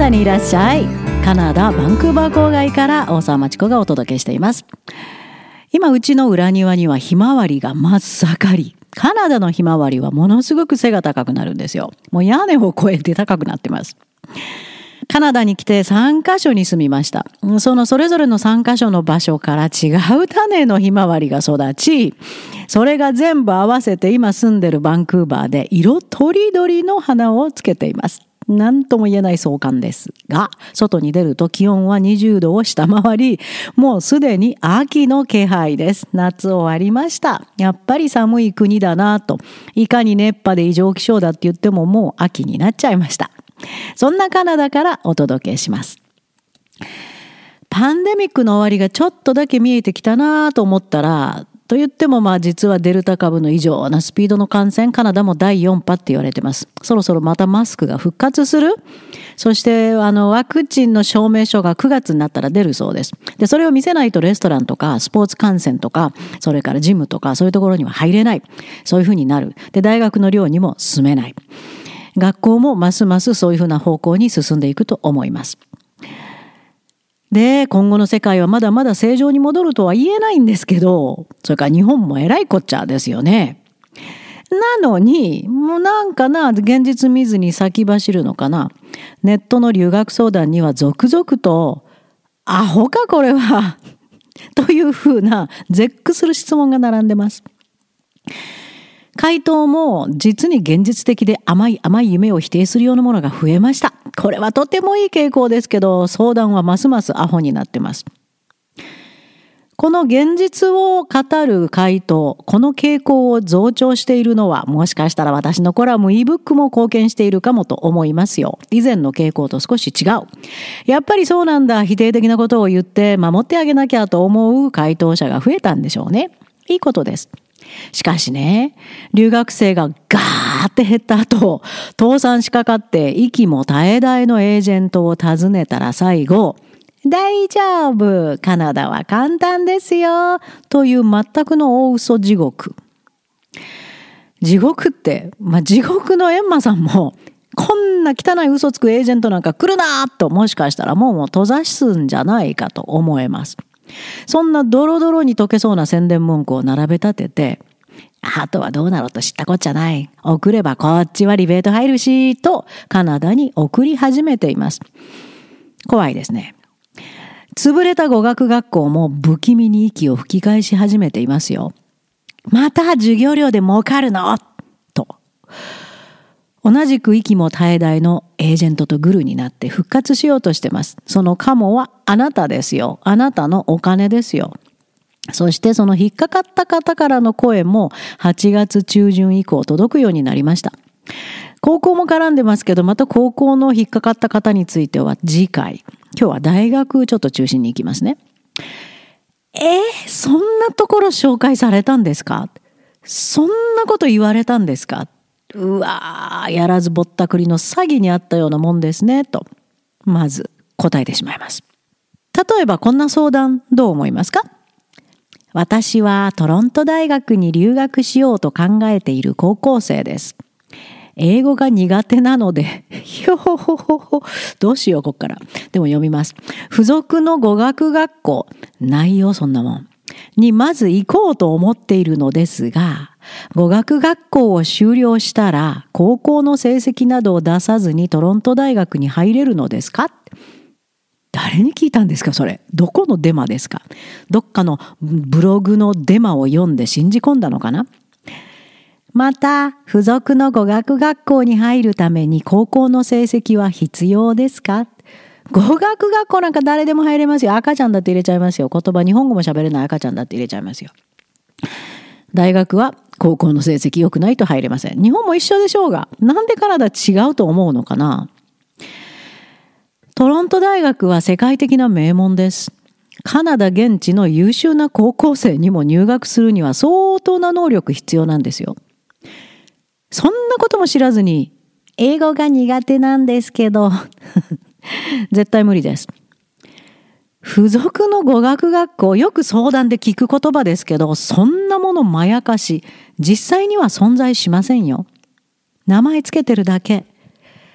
ダにいらっしゃい。カナダバンクーバー郊外から大沢町子がお届けしています。今うちの裏庭にはひまわりが真っ盛り。カナダのひまわりはものすごく背が高くなるんですよ。もう屋根を越えて高くなってます。カナダに来て3カ所に住みました。それぞれの3カ所の場所から違う種のひまわりが育ち、それが全部合わせて今住んでるバンクーバーで色とりどりの花をつけています。何とも言えない壮観ですが、外に出ると気温は20度を下回り、もうすでに秋の気配です。夏終わりました。やっぱり寒い国だなと。いかに熱波で異常気象だって言ってももう秋になっちゃいました。そんなカナダからお届けします。パンデミックの終わりがちょっとだけ見えてきたなと思ったら、と言っても実はデルタ株の異常なスピードの感染、カナダも第4波って言われてます。そろそろまたマスクが復活する。そしてワクチンの証明書が9月になったら出るそうです。で、それを見せないとレストランとかスポーツ観戦とか、それからジムとかそういうところには入れない。そういうふうになる。で、大学の寮にも住めない。学校もますますそういうふうな方向に進んでいくと思います。で、今後の世界はまだまだ正常に戻るとは言えないんですけど、それから日本もえらいこっちゃですよね。なのに、もう現実見ずに先走るのかな。ネットの留学相談には続々と、アホかこれは、というふうな絶句する質問が並んでます。回答も実に現実的で甘い夢を否定するようなものが増えました。これはとてもいい傾向ですけど、相談はますますアホになってます。この現実を語る回答、この傾向を増長しているのは、もしかしたら私のコラム、ebook も貢献しているかもと思いますよ。以前の傾向と少し違う。やっぱりそうなんだ、否定的なことを言って守ってあげなきゃと思う回答者が増えたんでしょうね。いいことです。しかしね、留学生がガーって減った後、倒産しかかって息も絶え絶えのエージェントを訪ねたら最後、大丈夫、カナダは簡単ですよ、という全くの大嘘地獄。地獄って、地獄のエンマさんも、こんな汚い嘘つくエージェントなんか来るなと、もしかしたらもう閉ざすんじゃないかと思えます。そんなドロドロに溶けそうな宣伝文句を並べ立てて、あとはどうなろうと知ったこっちゃない。送ればこっちはリベート入るし、とカナダに送り始めています。怖いですね。潰れた語学学校も不気味に息を吹き返し始めていますよ。また授業料で儲かるのと。同じく息も絶え絶えのエージェントとグルになって復活しようとしてます。そのカモはあなたですよ。あなたのお金ですよ。そしてその引っかかった方からの声も8月中旬以降届くようになりました。高校も絡んでますけど、また高校の引っかかった方については次回。今日は大学ちょっと中心に行きますね。そんなところ紹介されたんですか？そんなこと言われたんですか？うわー、やらずぼったくりの詐欺にあったようなもんですね、と、まず答えてしまいます。例えばこんな相談どう思いますか？私はトロント大学に留学しようと考えている高校生です。英語が苦手なので、どうしようこっから。でも読みます。付属の語学学校、ないよそんなもん。にまず行こうと思っているのですが、語学学校を修了したら高校の成績などを出さずにトロント大学に入れるのですか？誰に聞いたんですかそれ。どこのデマですか？どっかのブログのデマを読んで信じ込んだのかな？また、付属の語学学校に入るために高校の成績は必要ですか？語学学校なんか誰でも入れますよ。赤ちゃんだって入れちゃいますよ。言葉、日本語も喋れない赤ちゃんだって入れちゃいますよ。大学は高校の成績良くないと入れません。日本も一緒でしょうが、なんでカナダ違うと思うのかな？トロント大学は世界的な名門です。カナダ現地の優秀な高校生にも入学するには相当な能力必要なんですよ。そんなことも知らずに、英語が苦手なんですけど、絶対無理です。付属の語学学校、よく相談で聞く言葉ですけど、そんなものまやかし、実際には存在しませんよ。名前つけてるだけ。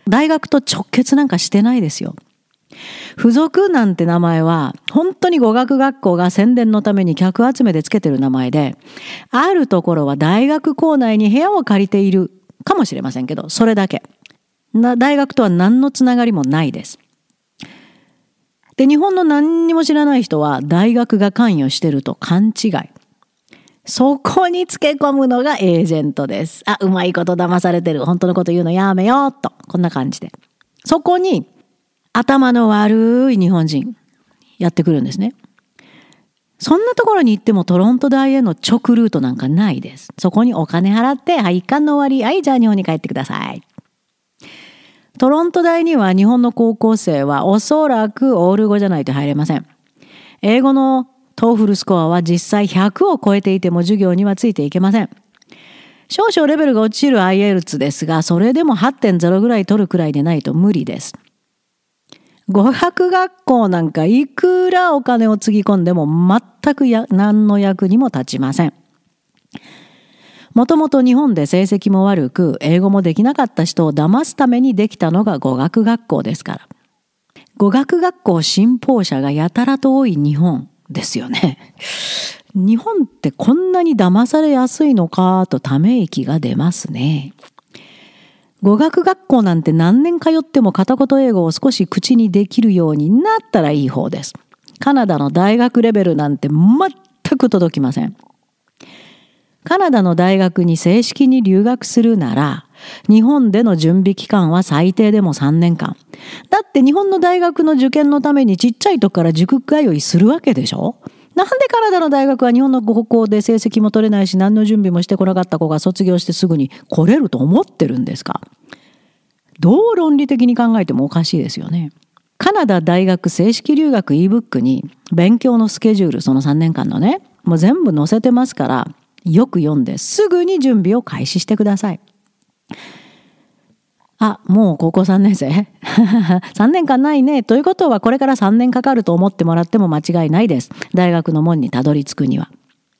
大学と直結なんかしてないですよ。付属なんて名前は本当に語学学校が宣伝のために客集めでつけてる名前で、あるところは大学構内に部屋を借りているかもしれませんけど、それだけ。大学とは何のつながりもないです。で、日本の何にも知らない人は大学が関与してると勘違い。そこにつけ込むのがエージェントです。うまいこと騙されてる。本当のこと言うのやめようと。こんな感じで。そこに頭の悪い日本人やってくるんですね。そんなところに行ってもトロント大への直ルートなんかないです。そこにお金払って、一貫の終わり、じゃあ日本に帰ってください。トロント大には日本の高校生はおそらくオール語じゃないと入れません。英語のトーフルスコアは実際100を超えていても授業にはついていけません。少々レベルが落ちる IELTS ですが、それでも 8.0 ぐらい取るくらいでないと無理です。語学学校なんかいくらお金をつぎ込んでも全く何の役にも立ちません。もともと日本で成績も悪く、英語もできなかった人を騙すためにできたのが語学学校ですから。語学学校信奉者がやたらと多い日本ですよね。日本ってこんなに騙されやすいのかとため息が出ますね。語学学校なんて何年通っても片言英語を少し口にできるようになったらいい方です。カナダの大学レベルなんて全く届きません。カナダの大学に正式に留学するなら、日本での準備期間は最低でも3年間。だって日本の大学の受験のためにちっちゃい時から塾通いするわけでしょ？なんでカナダの大学は日本の高校で成績も取れないし何の準備もしてこなかった子が卒業してすぐに来れると思ってるんですか？どう論理的に考えてもおかしいですよね。カナダ大学正式留学 ebook に勉強のスケジュール、その3年間のね、もう全部載せてますから、よく読んですぐに準備を開始してください。もう高校3年生3年間ないね。ということはこれから3年かかると思ってもらっても間違いないです。大学の門にたどり着くには。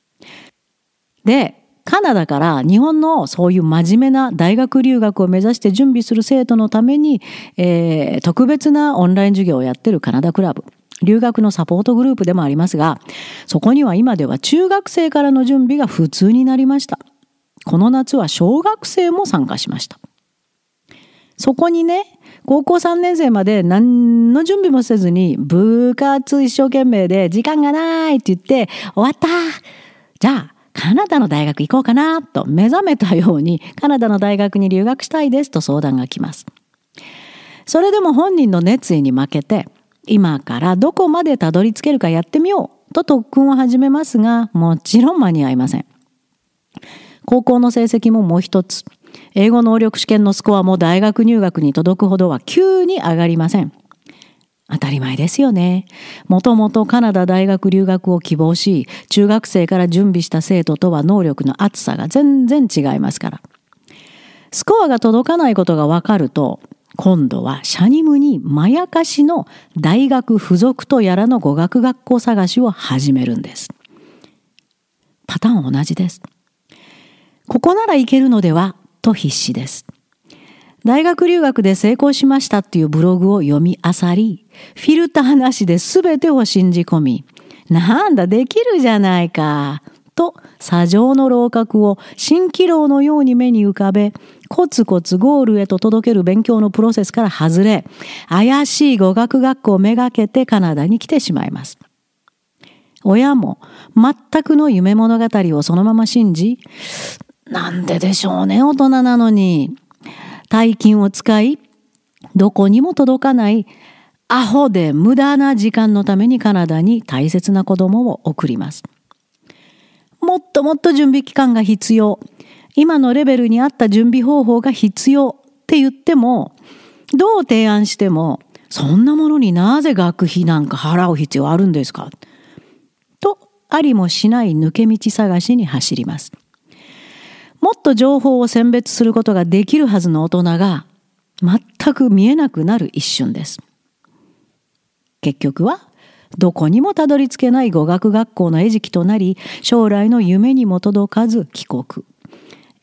で、カナダから日本のそういう真面目な大学留学を目指して準備する生徒のために、特別なオンライン授業をやってるカナダクラブ。留学のサポートグループでもありますが、そこには今では中学生からの準備が普通になりました。この夏は小学生も参加しました。そこにね、高校3年生まで何の準備もせずに部活一生懸命で時間がないって言って終わった。じゃあカナダの大学行こうかなと目覚めたようにカナダの大学に留学したいですと相談が来ます。それでも本人の熱意に負けて今からどこまでたどり着けるかやってみようと特訓を始めますが、もちろん間に合いません。高校の成績ももう一つ。英語能力試験のスコアも大学入学に届くほどは急に上がりません。当たり前ですよね。もともとカナダ大学留学を希望し、中学生から準備した生徒とは能力の厚さが全然違いますから。スコアが届かないことがわかると、今度はシャニムにまやかしの大学付属とやらの語学学校探しを始めるんです。パターンは同じです。ここならいけるのではと必死です。大学留学で成功しましたっていうブログを読み漁り、フィルターなしで全てを信じ込み、なんだできるじゃないかと砂上の楼閣を蜃気楼のように目に浮かべ、コツコツゴールへと届ける勉強のプロセスから外れ、怪しい語学学校をめがけてカナダに来てしまいます。親も全くの夢物語をそのまま信じ、なんででしょうね、大人なのに。大金を使い、どこにも届かないアホで無駄な時間のためにカナダに大切な子供を送ります。もっともっと準備期間が必要。今のレベルに合った準備方法が必要って言っても、どう提案しても、そんなものになぜ学費なんか払う必要あるんですかと、ありもしない抜け道探しに走ります。もっと情報を選別することができるはずの大人が全く見えなくなる一瞬です。結局はどこにもたどり着けない語学学校の餌食となり、将来の夢にも届かず帰国。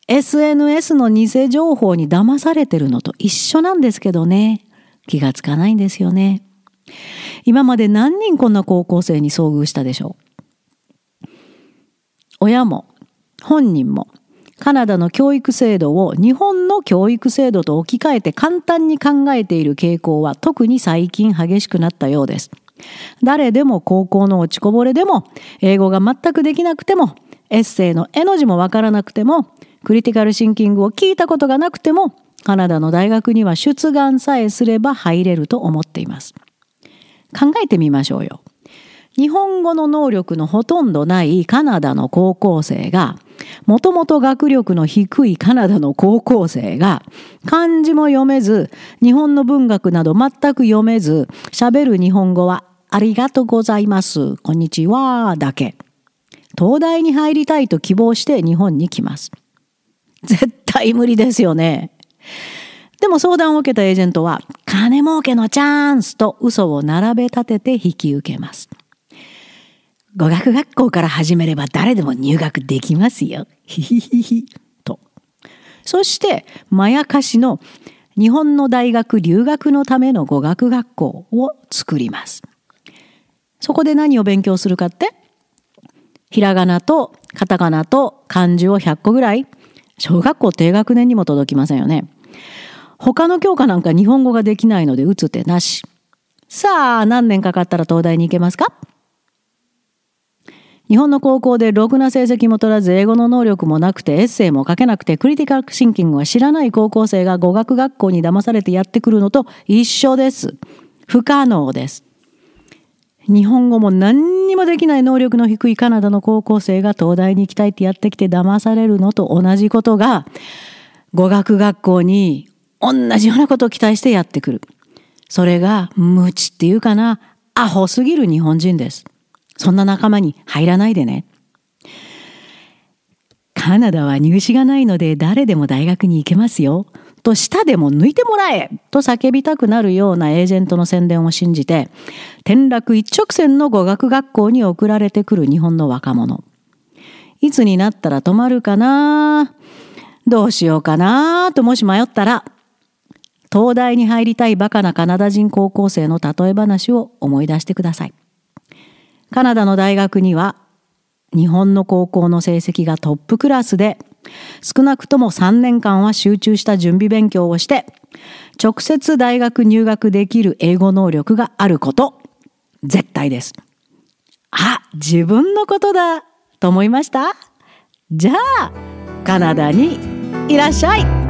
SNS の偽情報に騙されてるのと一緒なんですけどね。気がつかないんですよね。今まで何人こんな高校生に遭遇したでしょう。親も本人もカナダの教育制度を日本の教育制度と置き換えて簡単に考えている傾向は特に最近激しくなったようです。誰でも高校の落ちこぼれでも英語が全くできなくてもエッセイの絵の字もわからなくてもクリティカルシンキングを聞いたことがなくてもカナダの大学には出願さえすれば入れると思っています。考えてみましょうよ。日本語の能力のほとんどないカナダの高校生が、もともと学力の低いカナダの高校生が、漢字も読めず、日本の文学など全く読めず、喋る日本語はありがとうございます、こんにちはだけ。東大に入りたいと希望して日本に来ます。絶対無理ですよね。でも相談を受けたエージェントは、金儲けのチャンスと嘘を並べ立てて引き受けます。語学学校から始めれば誰でも入学できますよ。ひひひひ。と。そして、まやかしの日本の大学留学のための語学学校を作ります。そこで何を勉強するかって？ひらがなとカタカナと漢字を100個ぐらい？小学校低学年にも届きませんよね。他の教科なんか日本語ができないので打つ手なし。さあ、何年かかったら東大に行けますか？日本の高校でろくな成績も取らず英語の能力もなくてエッセイも書けなくてクリティカルシンキングは知らない高校生が語学学校に騙されてやってくるのと一緒です。不可能です。日本語も何にもできない能力の低いカナダの高校生が東大に行きたいってやってきて騙されるのと同じことが語学学校に同じようなことを期待してやってくる。それが無知っていうかな、アホすぎる日本人です。そんな仲間に入らないでね。カナダは入試がないので誰でも大学に行けますよ。と舌でも抜いてもらえと叫びたくなるようなエージェントの宣伝を信じて、転落一直線の語学学校に送られてくる日本の若者。いつになったら止まるかな、どうしようかなともし迷ったら、東大に入りたいバカなカナダ人高校生の例え話を思い出してください。カナダの大学には日本の高校の成績がトップクラスで、少なくとも3年間は集中した準備勉強をして、直接大学入学できる英語能力があること、絶対です。あ、自分のことだと思いました？じゃあ、カナダにいらっしゃい。